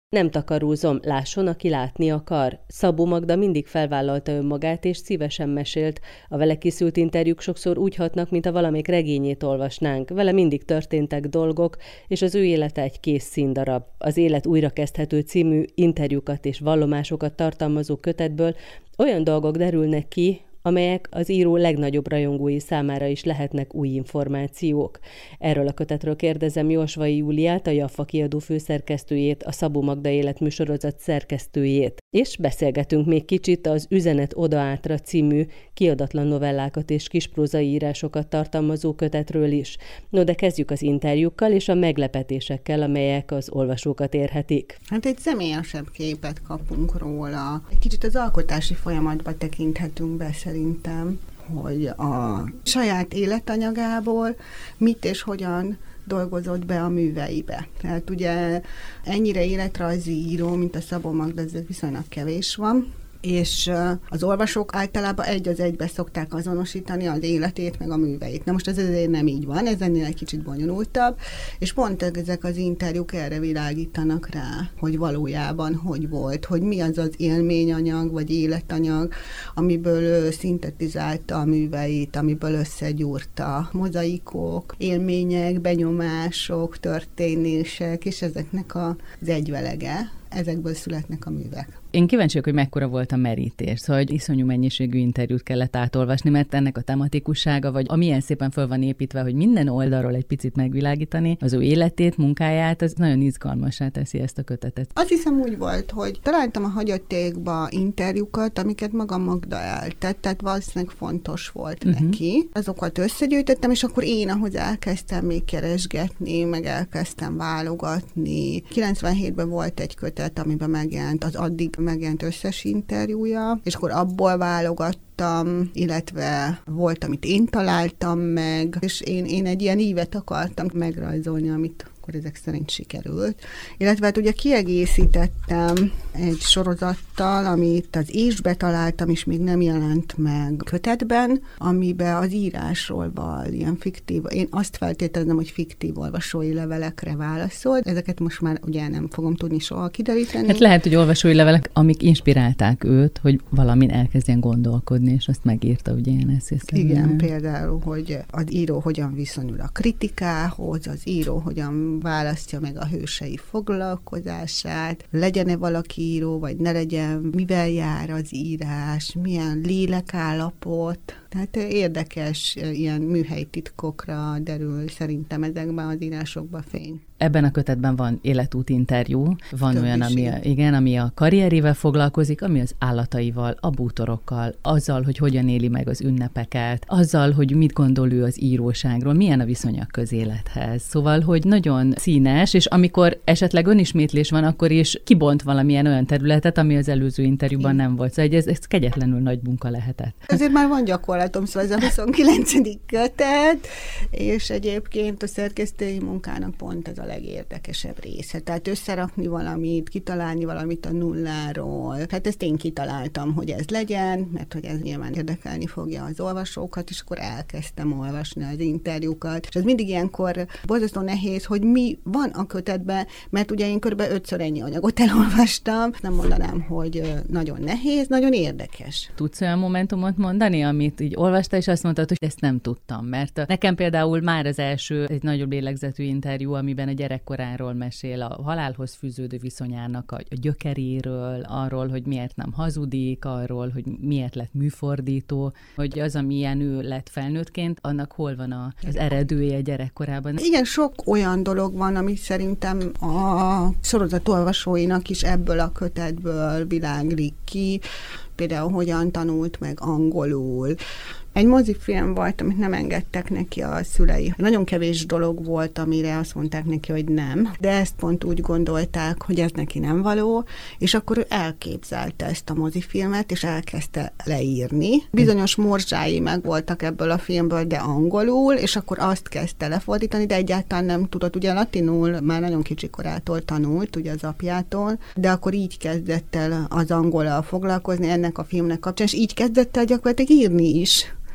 Nem takarózom, lásson, aki látni akar. Szabó Magda mindig felvállalta önmagát, és szívesen mesélt. A vele készült interjúk sokszor úgy hatnak, mint a valamelyik regényét olvasnánk. Vele mindig történtek dolgok, és az ő élete egy kész színdarab. Az Élet újrakezdhető című interjúkat és vallomásokat tartalmazó kötetből olyan dolgok derülnek ki, amelyek az író legnagyobb rajongói számára is lehetnek új információk. Erről a kötetről kérdezem Jósvai Júliát, a Jaffa kiadó főszerkesztőjét, a Szabó Magda életműsorozat szerkesztőjét. És beszélgetünk még kicsit az Üzenet oda-átra című kiadatlan novellákat és kisprózai írásokat tartalmazó kötetről is. No, de kezdjük az interjúkkal és a meglepetésekkel, amelyek az olvasókat érhetik. Hát egy személyesebb képet kapunk róla. Egy kicsit az alkotási folyamatba tekinthetünk be szerintem, hogy a saját életanyagából mit és hogyan dolgozott be a műveibe. Tehát ugye ennyire életrajzi író, mint a Szabó Magda, ez viszonylag kevés van, és az olvasók általában egy az egybe szokták azonosítani az életét, meg a műveit. Na most ez azért nem így van, ez ennél egy kicsit bonyolultabb, és pont ezek az interjúk erre világítanak rá, hogy valójában hogy volt, hogy mi az az élményanyag, vagy életanyag, amiből szintetizálta a műveit, amiből összegyúrta mozaikok, élmények, benyomások, történések, és ezeknek az egyvelege. Ezekből születnek a művek. Én kíváncsi vagyok, hogy mekkora volt a merítés, szóval hogy iszonyú mennyiségű interjút kellett átolvasni, mert ennek a tematikussága, vagy amilyen szépen föl van építve, hogy minden oldalról egy picit megvilágítani, az ő életét, munkáját, az nagyon izgalmassá teszi ezt a kötetet. Azt hiszem úgy volt, hogy találtam a hagyatékba interjúkat, amiket maga Magda eltett, tehát valószínűleg fontos volt neki. Azokat összegyűjtöttem, és akkor én ahhoz elkezdtem még keresgetni, meg elkezdtem válogatni. 97-ben volt egy kötet, amiben megjelent az addig megjelent összes interjúja, és akkor abból válogattam, illetve volt, amit én találtam meg, és én egy ilyen ívet akartam megrajzolni, amit akkor ezek szerint sikerült. Illetve hát ugye kiegészítettem egy sorozattal, amit az Ésbe találtam, és még nem jelent meg kötetben, amiben az írásról van ilyen fiktív, én azt feltételezem, hogy fiktív olvasói levelekre válaszol. Ezeket most már ugye nem fogom tudni soha kideríteni. Hát lehet, hogy olvasói levelek, amik inspirálták őt, hogy valamin elkezdjen gondolkodni, és azt megírta ugye ilyen eszészemben. Igen, például, hogy az író hogyan viszonyul a kritikához, az író hogyan választja meg a hősei foglalkozását, legyen-e valaki író, vagy ne legyen, mivel jár az írás, milyen lélekállapot. Tehát érdekes ilyen műhelyi titkokra derül szerintem ezekben az írásokban fény. Ebben a kötetben van életút interjú, van olyan, ami a karrierével foglalkozik, ami az állataival, a bútorokkal, azzal, hogy hogyan éli meg az ünnepeket, azzal, hogy mit gondol ő az íróságról, milyen a viszony a közélethez. Szóval, hogy nagyon színes, és amikor esetleg önismétlés van, akkor is kibont valamilyen olyan területet, ami az előző interjúban nem volt. Szóval ez kegyetlenül nagy munka lehetett. Ezért már van gyakorlatom, szóval ez a 29. kötet, és egyébként a szerkesztői munkának pont ez a legérdekesebb része. Tehát összerakni valamit, kitalálni valamit a nulláról. Hát ezt én kitaláltam, hogy ez legyen, mert hogy ez nyilván érdekelni fogja az olvasókat, és akkor elkezdtem olvasni az interjúkat. És ez mindig ilyenkor borzasztó nehéz, hogy mi van a kötetben, mert ugye én kb. 5-ször ennyi anyagot elolvastam. Nem mondanám, hogy nagyon nehéz, nagyon érdekes. Tudsz olyan momentumot mondani, amit így olvasta, és azt mondtad, hogy ezt nem tudtam, mert nekem például már az első egy nagyobb lélegzetű interjú, amiben a gyerekkoráról mesél, a halálhoz fűződő viszonyának a gyökeréről, arról, hogy miért nem hazudik, arról, hogy miért lett műfordító, hogy az, amilyen ő lett felnőttként, annak hol van az eredője gyerekkorában. Igen, sok olyan dolog van, ami szerintem a sorozat olvasóinak is ebből a kötetből világlik ki, például hogyan tanult meg angolul. Egy mozifilm volt, amit nem engedtek neki a szülei. Nagyon kevés dolog volt, amire azt mondták neki, hogy nem, de ezt pont úgy gondolták, hogy ez neki nem való, és akkor ő elképzelte ezt a mozifilmet, és elkezdte leírni. Bizonyos morzsái meg voltak ebből a filmből, de angolul, és akkor azt kezdte lefordítani, de egyáltalán nem tudott. Ugye latinul már nagyon kicsi korától tanult, ugye az apjától, de akkor így kezdett el az angollal foglalkozni ennek a filmnek kapcsán, és így kezdett el gyakorlatilag írni is.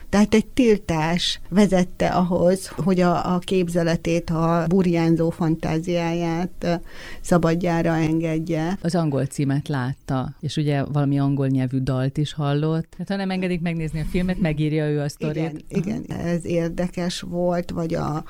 Tehát egy tiltás vezette ahhoz, hogy a képzeletét, a burjánzó fantáziáját szabadjára engedje. Az angol címet látta, és ugye valami angol nyelvű dalt is hallott. Hát ha nem engedik megnézni a filmet, megírja ő a sztorit. Igen, ez érdekes volt, vagy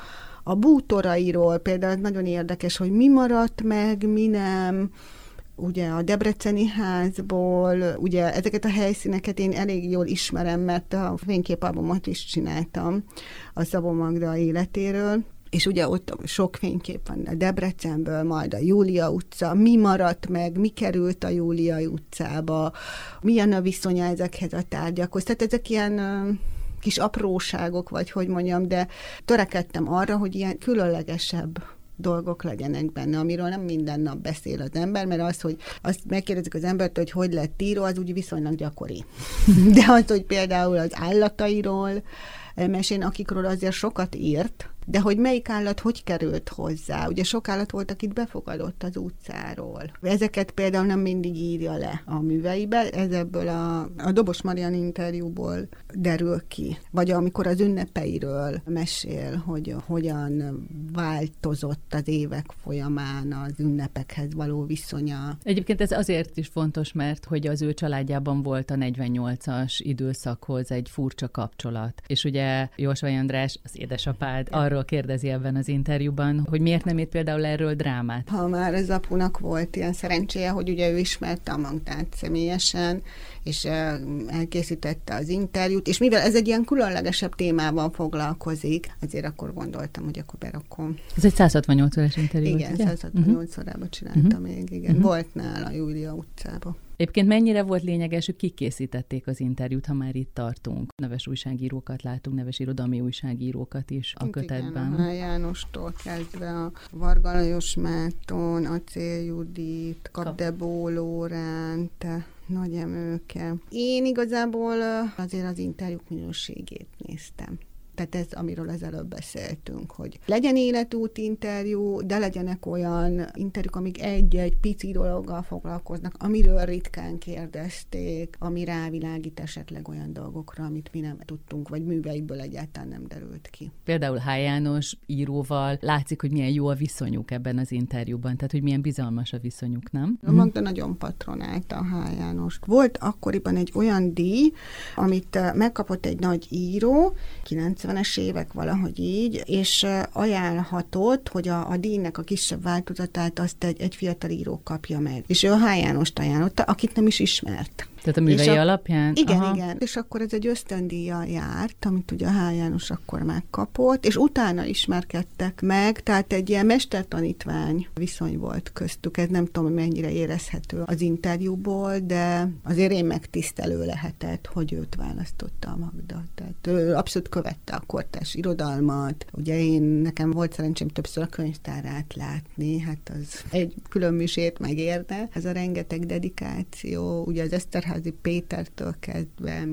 a bútorairól például nagyon érdekes, hogy mi maradt meg, mi nem. Ugye a Debreceni házból, ugye ezeket a helyszíneket én elég jól ismerem, mert a fényképalbumot is csináltam a Szabó Magda életéről, és ugye ott sok fénykép van a Debrecenből, majd a Júlia utca, mi maradt meg, mi került a Júlia utcába, milyen a viszonya ezekhez a tárgyakhoz. Tehát ezek ilyen kis apróságok, vagy hogy mondjam, de törekedtem arra, hogy ilyen különlegesebb dolgok legyenek benne, amiről nem minden nap beszél az ember, mert az, hogy azt megkérdezik az embert, hogy lett író, az úgy viszonylag gyakori. De az, hogy például az állatairól mesélni, akikről azért sokat írt, de hogy melyik állat hogy került hozzá. Ugye sok állat volt, akit befogadott az utcáról. Ezeket például nem mindig írja le a műveibe, ez ebből a Dobos Marian interjúból derül ki. Vagy amikor az ünnepeiről mesél, hogy hogyan változott az évek folyamán az ünnepekhez való viszonya. Egyébként ez azért is fontos, mert hogy az ő családjában volt a 48-as időszakhoz egy furcsa kapcsolat. És ugye Jósvai András, az édesapád, arról kérdezi ebben az interjúban, hogy miért nem írt például erről drámát. Ha már az apunak volt ilyen szerencséje, hogy ugye ő ismerte a Magdát személyesen, és elkészítette az interjút, és mivel ez egy ilyen különlegesebb témával foglalkozik, azért akkor gondoltam, hogy akkor berakom. Ez egy 168 órás interjú. Igen, 168 órában csináltam még, igen. Volt nála a Júlia utcában. Egyébként mennyire volt lényeges, hogy kik készítették az interjút, ha már itt tartunk? Neves újságírókat látunk, neves irodalmi újságírókat is a kötetben. Igen, a Jánostól kezdve a Varga Lajos Márton, Acél Judit, Kapdebó Lóránt, Nagy Emőke. Én igazából azért az interjúk minőségét néztem. Tehát ez, amiről az előbb beszéltünk, hogy legyen életút interjú, de legyenek olyan interjúk, amik egy-egy pici dologgal foglalkoznak, amiről ritkán kérdezték, ami rávilágít esetleg olyan dolgokra, amit mi nem tudtunk, vagy műveikből egyáltalán nem derült ki. Például H. János íróval látszik, hogy milyen jó a viszonyuk ebben az interjúban, tehát hogy milyen bizalmas a viszonyuk, nem? A Magda nagyon patronálta a H. Jánost. Volt akkoriban egy olyan díj, amit megkapott egy nagy író, 90-es évek valahogy így, és ajánlhatott, hogy a díjnek a kisebb változatát azt egy fiatal író kapja meg. És ő a H. Jánost ajánlotta, akit nem is ismert. Tehát a művei alapján? Igen, aha. Igen. És akkor ez egy ösztöndíjjal járt, amit ugye a H. János akkor megkapott, és utána ismerkedtek meg, tehát egy ilyen mestertanítvány viszony volt köztük. Ez nem tudom, mennyire érezhető az interjúból, de azért én megtisztelő lehetett, hogy őt választotta a Magda. Tehát ő abszolút követte a kortárs irodalmat. Ugye nekem volt szerencsém többször a könyvtárát látni, hát az egy külön misét megérne. Ez a rengeteg dedikáció, ugye az Eszterházi Pétertől kezdve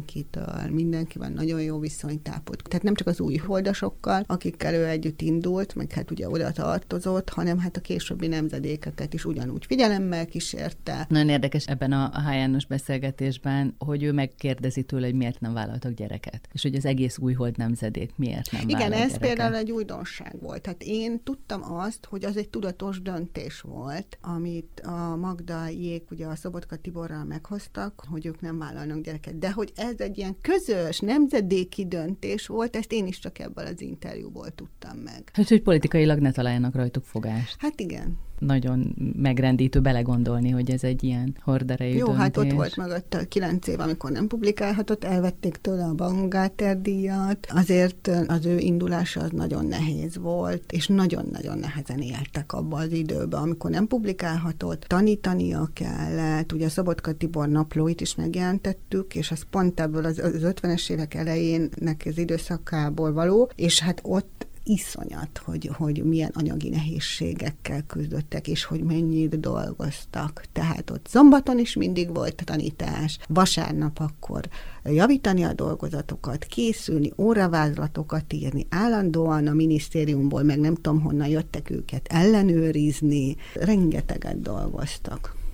mindenkivel nagyon jó viszonyt ápolt. Tehát nem csak az újholdasokkal, akikkel ő együtt indult, meg hát ugye oda tartozott, hanem hát a későbbi nemzedékeket is ugyanúgy figyelemmel kísérte. Nagyon érdekes ebben a H. János beszélgetésben, hogy ő megkérdezi tőle, hogy miért nem vállaltak gyereket, és hogy az egész újhold nemzedék miért nem vállalt gyereket. Ez például egy újdonság volt. Tehát én tudtam azt, hogy az egy tudatos döntés volt, amit a Magdaiék ugye a Szobotka Tiborral meghoztak, hogy ők nem vállalnak gyereket. De hogy ez egy ilyen közös, nemzedéki döntés volt, ezt én is csak ebből az interjúból tudtam meg. Hát, hogy politikailag ne találjanak rajtuk fogást. Hát igen. Nagyon megrendítő belegondolni, hogy ez egy ilyen horderejű döntés. Hát ott volt mögött 9 év, amikor nem publikálhatott, elvették tőle a Baumgarten díjat. Azért az ő indulása az nagyon nehéz volt, és nagyon-nagyon nehezen éltek abban az időben, amikor nem publikálhatott, tanítania kellett, ugye a Szobotka Tibor naplóit is megjelentettük, és az pont ebből az 50-es évek elejének az időszakából való, és hát ott iszonyat, hogy milyen anyagi nehézségekkel küzdöttek, és hogy mennyit dolgoztak. Tehát ott szombaton is mindig volt tanítás, vasárnap akkor javítani a dolgozatokat, készülni, óravázlatokat írni, állandóan a minisztériumból, meg nem tudom honnan jöttek őket ellenőrizni, rengeteget dolgoztak.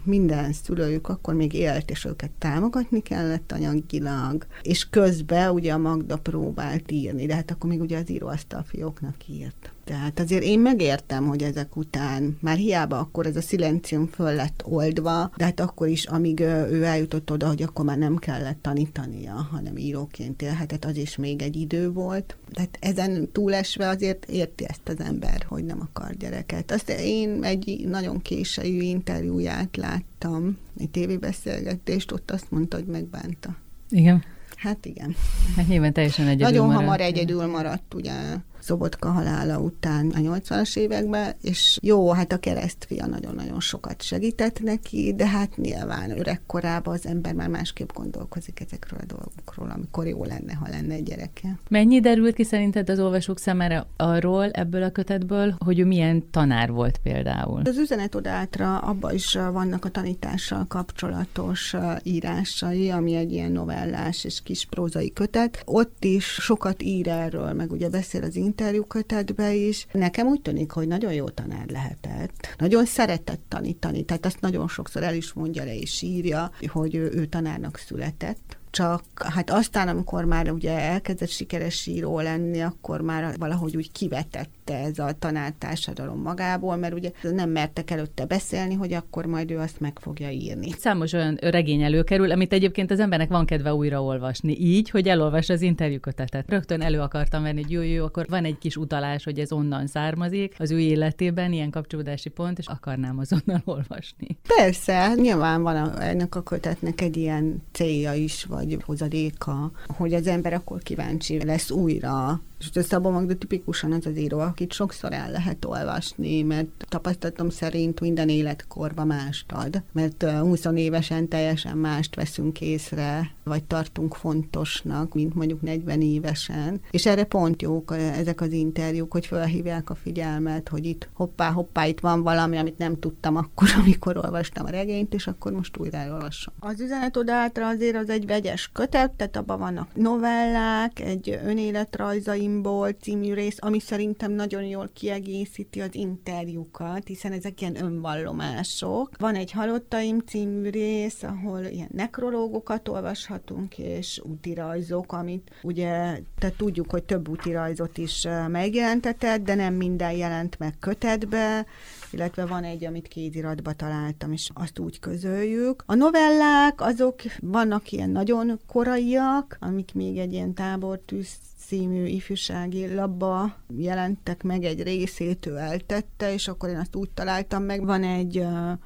minden szülőjük akkor még élt, és őket támogatni kellett anyagilag, és közben ugye a Magda próbált írni, de hát akkor még ugye az íróasztal fióknak írt. Tehát azért én megértem, hogy ezek után, már hiába akkor ez a szilencium föl lett oldva, de hát akkor is, amíg ő eljutott oda, hogy akkor már nem kellett tanítania, hanem íróként élhetett, az is még egy idő volt. Tehát ezen túlesve azért érti ezt az ember, hogy nem akar gyereket. Azt én egy nagyon késői interjúját láttam, egy tévébeszélgetést, ott azt mondta, hogy megbánta. Igen. Hát igen. Hát nyilván teljesen egyedül nagyon maradt. Hamar egyedül maradt, ugye, Szobotka halála után a 80-as években, és jó, hát a keresztfia nagyon-nagyon sokat segített neki, de hát nyilván öregkorában az ember már másképp gondolkozik ezekről a dolgokról, amikor jó lenne, ha lenne egy gyereke. Mennyi derült ki szerinted az olvasók számára arról, ebből a kötetből, hogy ő milyen tanár volt például? Az Üzenet-odátra abban is vannak a tanítással kapcsolatos írásai, ami egy ilyen novellás és kis prózai kötet. Ott is sokat ír erről, meg ugye beszél az interjúkötetbe is. Nekem úgy tűnik, hogy nagyon jó tanár lehetett. Nagyon szeretett tanítani, tehát azt nagyon sokszor el is mondja, le is írja, hogy ő tanárnak született. Csak hát aztán, amikor már ugye elkezdett sikeres író lenni, akkor már valahogy úgy kivetette ez a tanártársadalom magából, mert ugye nem mertek előtte beszélni, hogy akkor majd ő azt meg fogja írni. Számos olyan regény előkerül, amit egyébként az embernek van kedve újraolvasni, így, hogy elolvas az interjúkötetet. Rögtön elő akartam venni, hogy jó, akkor van egy kis utalás, hogy ez onnan származik, az ő életében ilyen kapcsolódási pont, és akarnám azonnal olvasni. Persze, nyilván van ennek a kötetnek egy ilyen célja is, vagy hozadéka, hogy az ember akkor kíváncsi lesz újra. És a Szabó Magda tipikusan az az író, akit sokszor el lehet olvasni, mert tapasztalatom szerint minden életkorban mást ad. Mert 20 évesen teljesen mást veszünk észre, vagy tartunk fontosnak, mint mondjuk 40 évesen. És erre pont jók ezek az interjúk, hogy felhívják a figyelmet, hogy itt hoppá, itt van valami, amit nem tudtam akkor, amikor olvastam a regényt, és akkor most újra elolvasom. Az Üzenet-odátra azért az egy vegyes kötet, tehát abban vannak novellák, egy önéletrajzaimból című rész, ami szerintem nagyon jól kiegészíti az interjúkat, hiszen ezek ilyen önvallomások. Van egy Halottaim című rész, ahol ilyen nekrológokat olvashatunk, és útirajzok, amit ugye, tehát tudjuk, hogy több útirajzot is megjelentetett, de nem minden jelent meg kötetbe, illetve van egy, amit kéziratba találtam, és azt úgy közöljük. A novellák, azok vannak ilyen nagyon koraiak, amik még egy ilyen Tábortűz című ifjúsági labba jelentek meg, egy részét ő eltette, és akkor én azt úgy találtam meg. Van egy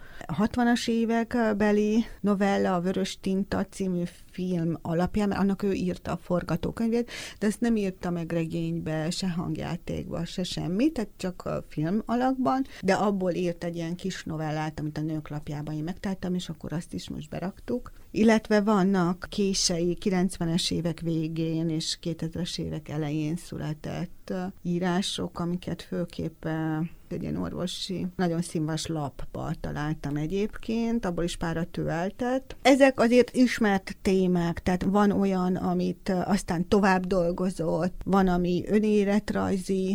60-as évek beli novella, a Vörös tinta című film alapján, mert annak ő írta a forgatókönyvét, de ezt nem írta meg regénybe, se hangjátékba, se semmi, tehát csak a film alakban, de abból írt egy ilyen kis novellát, amit a Nők lapjában én megtaláltam, és akkor azt is most beraktuk. Illetve vannak késői 90-es évek végén és 2000-es évek elején született írások, amiket főképp egy ilyen orvosi, nagyon színvas lapba találtam egyébként, abból is párat ő eltett. Ezek azért ismert témák, tehát van olyan, amit aztán tovább dolgozott, van, ami önéletrajzi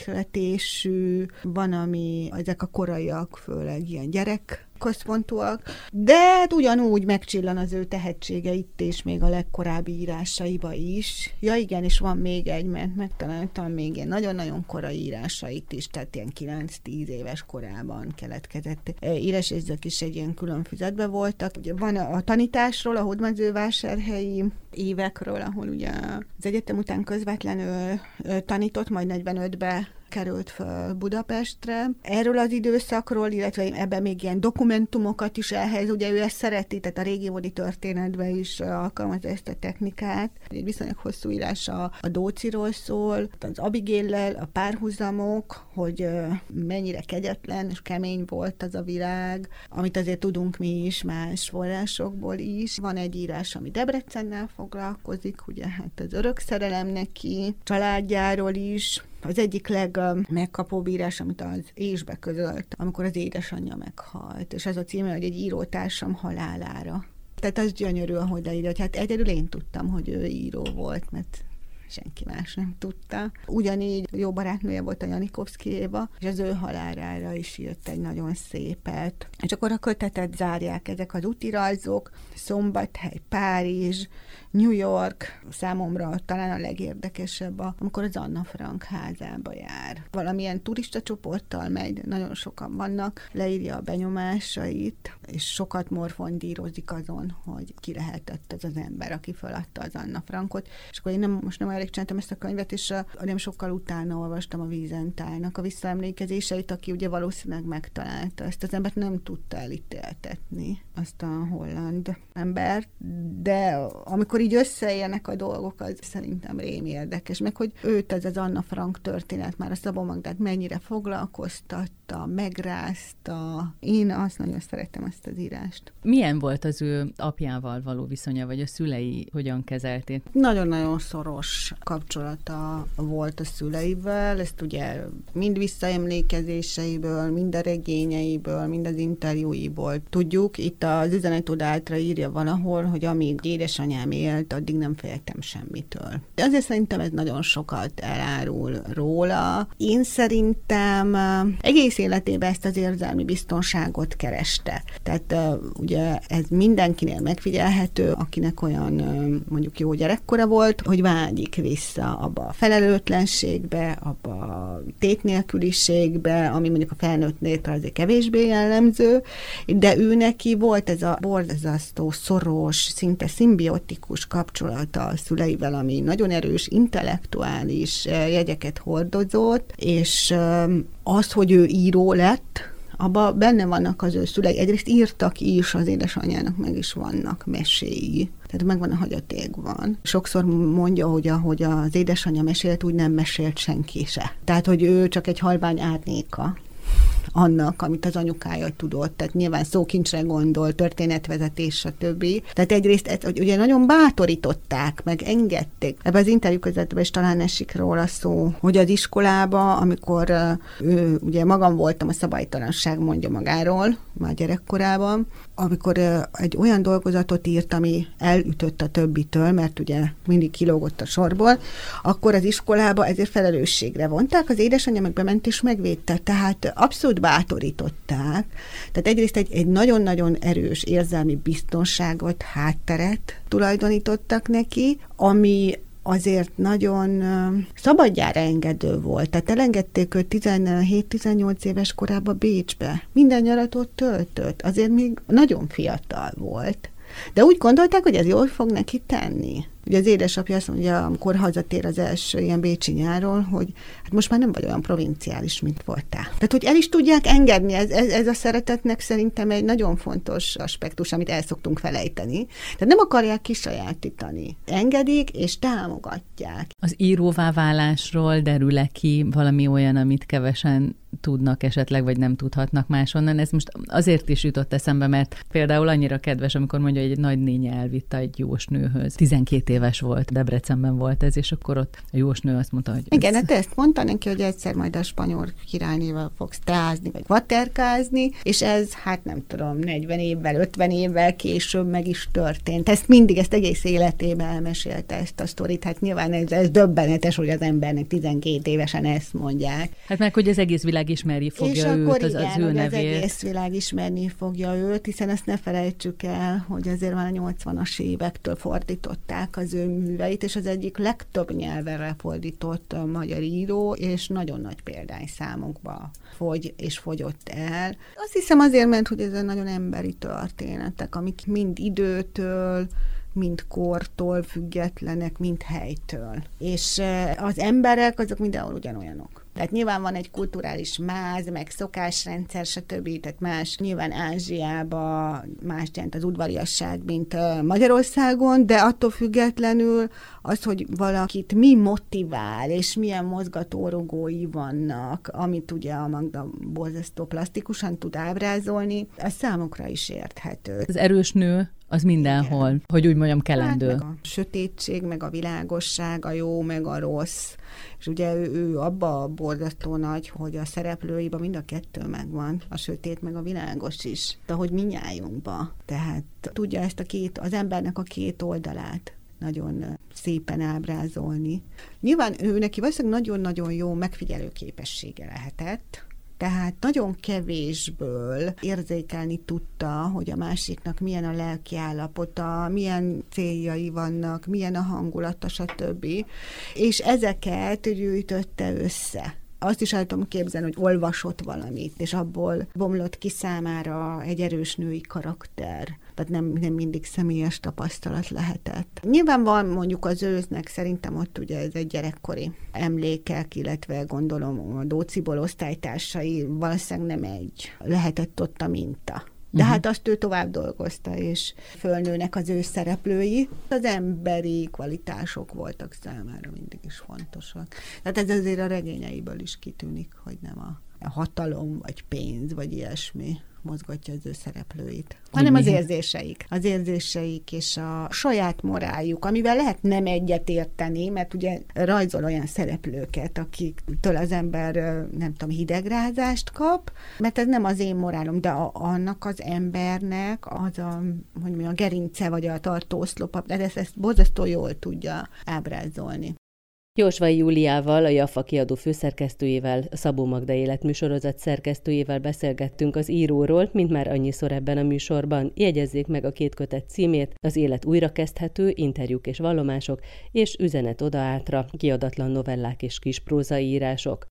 ihletésű, van, ami ezek a koraiak, főleg ilyen gyerekközpontúak, de hát ugyanúgy megcsillan az ő tehetsége itt és még a legkorábbi írásaiba is. Ja igen, és van még egy, mert megtaláltam még ilyen nagyon-nagyon korai írásait is, tehát ilyen 9-10 éves korában keletkezett írás, ezek is egy ilyen külön füzetben voltak. Ugye van a tanításról, a hódmezővásárhelyi évekről, ahol ugye az egyetem után közvetlenül tanított, majd 45-ben került föl Budapestre. Erről az időszakról, illetve ebben még ilyen dokumentumokat is elhelyez, ugye ő ezt szereti, tehát a régivodi történetben is alkalmazza ezt a technikát. Egy viszonylag hosszú írás a Dóciról szól, az Abigaillel, a párhuzamok, hogy mennyire kegyetlen és kemény volt az a világ, amit azért tudunk mi is más forrásokból is. Van egy írás, ami Debrecennel foglalkozik, ugye hát az örök szerelem neki, családjáról is. Az egyik legmegkapóbb írás, amit az Ésbe közölt, amikor az édesanyja meghalt, és ez a címe, hogy egy írótársam halálára. Tehát az gyönyörű, ahogy leírja, hogy hát egyedül én tudtam, hogy ő író volt, mert senki más nem tudta. Ugyanígy jó barátnője volt a Janikovszky Éva, és az ő halálára is írt egy nagyon szépet. És akkor a kötetet zárják ezek az útirajzok, Szombathely, Párizs, New York, számomra talán a legérdekesebb, amikor az Anna Frank házába jár. Valamilyen turista csoporttal megy, nagyon sokan vannak, leírja a benyomásait, és sokat morfondírozik azon, hogy ki lehetett ez az ember, aki feladta az Anna Frankot. És akkor én most nem elég csináltam ezt a könyvet, és nem sokkal utána olvastam a Wiesenthal-nak a visszaemlékezéseit, aki ugye valószínűleg megtalálta ezt az embert, nem tudta elítéltetni azt a holland embert, de amikor így összeérnek a dolgok, az szerintem rémi érdekes, meg hogy őt ez az Anna Frank történet már a Szabó Magdát mennyire foglalkoztatta, megrázta. Én azt nagyon szeretem, ezt az írást. Milyen volt az ő apjával való viszonya, vagy a szülei hogyan kezelték? Nagyon-nagyon szoros kapcsolata volt a szüleivel, ezt ugye mind visszaemlékezéseiből, mind a regényeiből, mind az interjúiból tudjuk. Itt az üzenetodáltra írja valahol, hogy amíg édesanyám élt, addig nem féltem semmitől. De azért szerintem ez nagyon sokat elárul róla. Én szerintem egész életében ezt az érzelmi biztonságot kereste. Tehát ugye ez mindenkinél megfigyelhető, akinek olyan mondjuk jó gyerekkora volt, hogy vágyik vissza abba a felelőtlenségbe, abba a tétnélküliségbe, ami mondjuk a felnőttnél azért kevésbé jellemző, de ő neki volt ez a borzasztó, szoros, szinte szimbiotikus kapcsolata a szüleivel, ami nagyon erős, intellektuális jegyeket hordozott, és az, hogy ő író lett, abban benne vannak az ő szülei. Egyrészt írtak is, az édesanyjának meg is vannak meséi. Tehát megvan a hagyatékban. Sokszor mondja, hogy ahogy az édesanyja mesélt, úgy nem mesélt senki se. Tehát, hogy ő csak egy halvány árnyéka annak, amit az anyukája tudott. Tehát nyilván szókincsre gondol, történetvezetés, stb. Tehát egyrészt hogy ugye nagyon bátorították, meg engedték. Ebben az interjú közvetben is talán esik róla szó, hogy az iskolába, amikor ő, ugye magam voltam, a szabálytalanság mondja magáról, már gyerekkorában, amikor egy olyan dolgozatot írt, ami elütött a többitől, mert ugye mindig kilógott a sorból, akkor az iskolába ezért felelősségre vonták, az édesanyja meg bement és megvédte, tehát abszolút bátorították. Tehát egyrészt egy nagyon-nagyon erős érzelmi biztonságot, hátteret tulajdonítottak neki, ami azért nagyon szabadjára engedő volt. Tehát elengedték őt 17-18 éves korában Bécsbe. Minden nyarat ott töltött. Azért még nagyon fiatal volt. De úgy gondolták, hogy ez jól fog neki tenni. Ugye az édesapja azt mondja, amikor hazatér az első ilyen bécsi nyáron, hogy hát most már nem vagy olyan provinciális, mint voltál. Tehát, hogy el is tudják engedni, ez a szeretetnek szerintem egy nagyon fontos aspektus, amit el szoktunk felejteni. Tehát nem akarják kisajátítani. Engedik és támogatják. Az íróvá válásról derül-e ki valami olyan, amit kevesen tudnak esetleg, vagy nem tudhatnak máshonnan? Ez most azért is jutott eszembe, mert például annyira kedves, amikor mondja, hogy egy nagynénye elvitte egy jósnőhöz. 12 éves volt, Debrecenben volt ez, és akkor ott a jósnő azt mondta, hogy... Igen, hát ezt mondta neki, hogy egyszer majd a spanyol királynéval fogsz teázni, vagy vaterkázni, és ez, hát nem tudom, 40 évvel, 50 évvel később meg is történt. Ezt egész életében elmesélte ezt a sztorit. Hát nyilván ez döbbenetes, hogy az embernek 12 évesen ezt mondják. Hát meg, hogy az egész világ ismeri fogja őt, az ő nevét. Az egész világ ismerni fogja őt, hiszen ezt ne felejtsük el, hogy azért már a 80-as évektől fordították az ő műveit, és az egyik legtöbb nyelvre fordított a magyar író, és nagyon nagy példányszámokba fogyott el. Azt hiszem azért ment, hogy ez nagyon emberi történetek, amik mind időtől, mind kortól függetlenek, mind helytől. És az emberek azok mindenhol ugyanolyanok. Tehát nyilván van egy kulturális máz, meg szokásrendszer, stb. Tehát más, nyilván Ázsiában más jelent az udvariasság, mint Magyarországon, de attól függetlenül az, hogy valakit mi motivál, és milyen mozgatórugói vannak, amit ugye a Magda borzasztó plastikusan tud ábrázolni, az számukra is érthető. Az erős nő az mindenhol, igen. Hogy úgy mondjam, kelendő. Hát meg a sötétség, meg a világosság, a jó, meg a rossz. És ugye ő abba borzasztó nagy, hogy a szereplőiben mind a kettő megvan, a sötét, meg a világos is. De hogy minnyájunkba. Tehát tudja ezt az embernek a két oldalát nagyon szépen ábrázolni. Nyilván ő neki valószínűleg nagyon-nagyon jó megfigyelő képessége lehetett, tehát nagyon kevésből érzékelni tudta, hogy a másiknak milyen a lelki állapota, milyen céljai vannak, milyen a hangulata, stb. És ezeket gyűjtötte össze. Azt is el tudom képzelni, hogy olvasott valamit, és abból bomlott ki számára egy erős női karakter. Tehát nem mindig személyes tapasztalat lehetett. Nyilván van mondjuk az ősznek, szerintem ott ugye ez egy gyerekkori emlékek, illetve gondolom a Dóciból osztálytársai valószínűleg nem lehetett ott a minta. De hát azt ő tovább dolgozta, és fölnőnek az ő szereplői. Az emberi kvalitások voltak számára mindig is fontosak. Tehát ez azért a regényeiből is kitűnik, hogy nem a hatalom, vagy pénz, vagy ilyesmi mozgatja az ő szereplőit, hanem az érzéseik. Az érzéseik és a saját moráljuk, amivel lehet nem egyet érteni, mert ugye rajzol olyan szereplőket, akiktől az ember, nem tudom, hidegrázást kap, mert ez nem az én morálom, de annak az embernek az a gerince vagy a tartóoszlopa, de ezt borzasztó jól tudja ábrázolni. Jósvai Júliával, a Jaffa kiadó főszerkesztőjével, Szabó Magda életműsorozat szerkesztőjével beszélgettünk az íróról, mint már annyiszor ebben a műsorban. Jegyezzék meg a 2 kötet címét: Az élet újrakezdhető, interjúk és vallomások, és Üzenet odaátra, kiadatlan novellák és kisprózai írások.